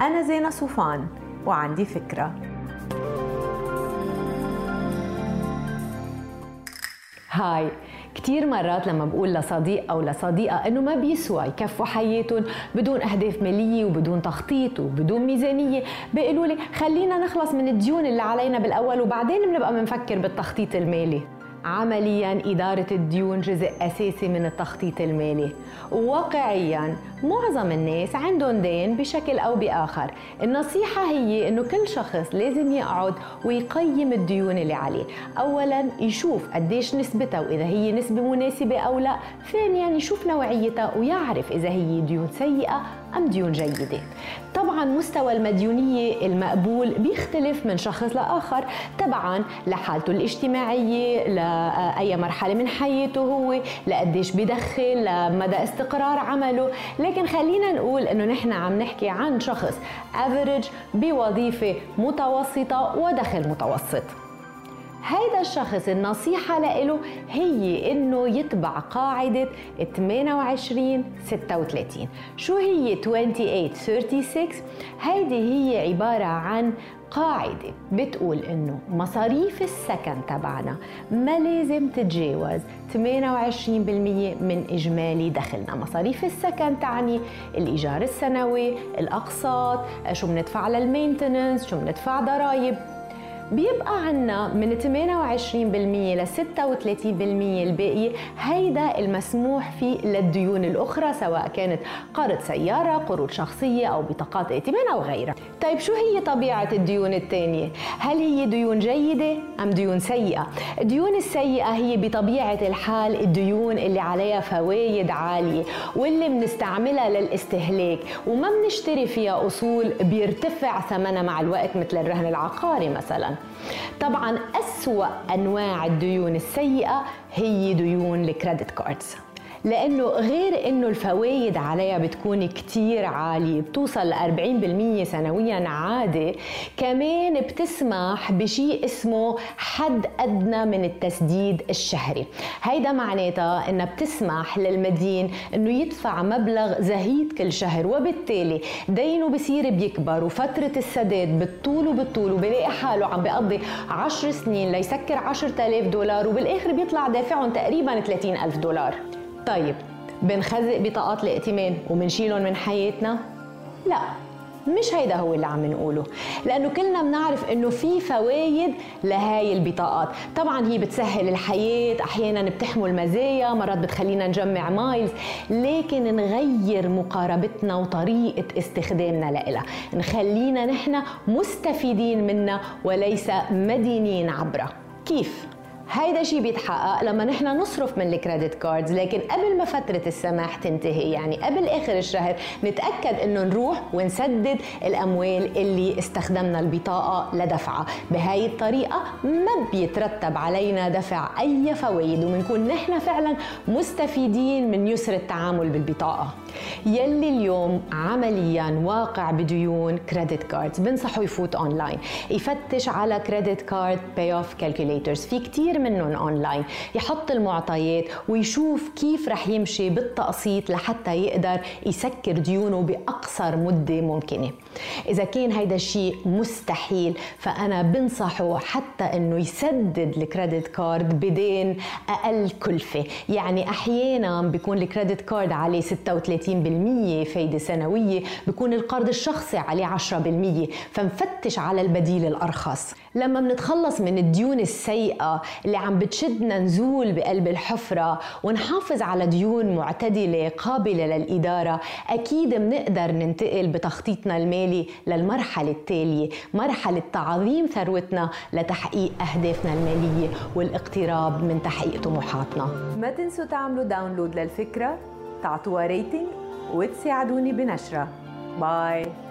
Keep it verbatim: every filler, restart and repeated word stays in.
أنا زينة صوفان وعندي فكرة. هاي، كتير مرات لما بقول لصديق أو لصديقة إنه ما بيسوى يكفوا حياتهم بدون أهداف مالية وبدون تخطيط وبدون ميزانية، بيقولوا لي خلينا نخلص من الديون اللي علينا بالأول وبعدين بنبقى بنفكر بالتخطيط المالي. عملياً إدارة الديون جزء أساسي من التخطيط المالي، وواقعياً معظم الناس عندهم دين بشكل أو بآخر. النصيحة هي إنه كل شخص لازم يقعد ويقيم الديون اللي عليه. أولاً يشوف قديش نسبتها وإذا هي نسبة مناسبة أو لا. ثانياً يشوف نوعيتها ويعرف إذا هي ديون سيئة أم ديون جيدة. طبعاً مستوى المديونية المقبول بيختلف من شخص لآخر تبعاً لحالته الاجتماعية، لأي مرحلة من حياته هو، لقديش بدخل، لمدى استقرار عمله. لكن خلينا نقول إنه نحن عم نحكي عن شخص average بوظيفة متوسطة ودخل متوسط. هيدا الشخص النصيحة له هي إنه يتبع قاعدة ثمانية وعشرين ستة وثلاثين. شو هي ثمانية وعشرين ستة وثلاثين؟ هيدي هي عبارة عن قاعدة بتقول إنه مصاريف السكن تبعنا ما لازم تتجاوز ثمانية وعشرين بالمية من إجمالي دخلنا. مصاريف السكن تعني الإيجار السنوي، الأقساط، شو بندفع للمينتننس، شو بندفع ضرائب. بيبقى عنا من ثمانية وعشرين بالمية ل ستة وثلاثين بالمية الباقي هيدا المسموح فيه للديون الأخرى، سواء كانت قرض سيارة، قروض شخصية أو بطاقات ائتمان أو غيرها. طيب شو هي طبيعة الديون الثانية؟ هل هي ديون جيدة أم ديون سيئة؟ الديون السيئة هي بطبيعة الحال الديون اللي عليها فوايد عالية واللي بنستعملها للاستهلاك وما بنشتري فيها أصول بيرتفع ثمنها مع الوقت، مثل الرهن العقاري مثلا. طبعا أسوأ أنواع الديون السيئة هي ديون الكريدت كاردز، لأنه غير أنه الفوايد عليها بتكون كتير عالية، بتوصل ل أربعين بالمية سنويا عادي، كمان بتسمح بشيء اسمه حد أدنى من التسديد الشهري. هيدا معناتها أنها بتسمح للمدين أنه يدفع مبلغ زهيد كل شهر، وبالتالي دينه بصير بيكبر وفترة السداد بتطول وبتطول، وبلاقي حاله عم بيقضي عشر سنين ليسكر عشرة آلاف دولار وبالآخر بيطلع دافعهم تقريبا ثلاثين ألف دولار. طيب بنخزق بطاقات الائتمان ومنشيلهم من حياتنا؟ لا، مش هيدا هو اللي عم نقوله، لأنه كلنا بنعرف إنه في فوايد لهاي البطاقات. طبعاً هي بتسهل الحياة، أحياناً بتحمل مزايا، مرات بتخلينا نجمع مايلز، لكن نغير مقاربتنا وطريقة استخدامنا لها، نخلينا نحن مستفيدين منها وليس مدينين عبرها. كيف؟ هيدا شيء بيتحقق لما نحن نصرف من الكريدت كاردز، لكن قبل ما فترة السماح تنتهي، يعني قبل آخر الشهر، نتأكد إنه نروح ونسدد الأموال اللي استخدمنا البطاقة لدفعها. بهاي الطريقة ما بيترتب علينا دفع أي فوائد، وبنكون نحن فعلا مستفيدين من يسر التعامل بالبطاقة. يلي اليوم عمليا واقع بديون كريدت كاردز بنصحه يفوت أونلاين، يفتش على كريدت كارد باي اوف كالكوليترز، في كتير منهم أونلاين، يحط المعطيات ويشوف كيف رح يمشي بالتقسيط لحتى يقدر يسكر ديونه بأقصر مدة ممكنة. إذا كان هيدا الشيء مستحيل فأنا بنصحه حتى إنه يسدد الكريدت كارد بدين أقل كلفة. يعني أحيانا بيكون الكريدت كارد عليه ستة وثلاثين بالمية فايدة سنوية، بيكون القرض الشخصي عليه عشرة بالمية، فنفتش على البديل الأرخص. لما بنتخلص من الديون السيئة اللي عم بتشدنا نزول بقلب الحفرة ونحافظ على ديون معتدلة قابلة للإدارة، أكيد بنقدر ننتقل بتخطيطنا المالي للمرحلة التالية، مرحلة تعظيم ثروتنا لتحقيق أهدافنا المالية والاقتراب من تحقيق طموحاتنا. ما تنسوا تعملوا داونلود للفكرة، تعطوها ريتنج وتساعدوني بنشرها. باي.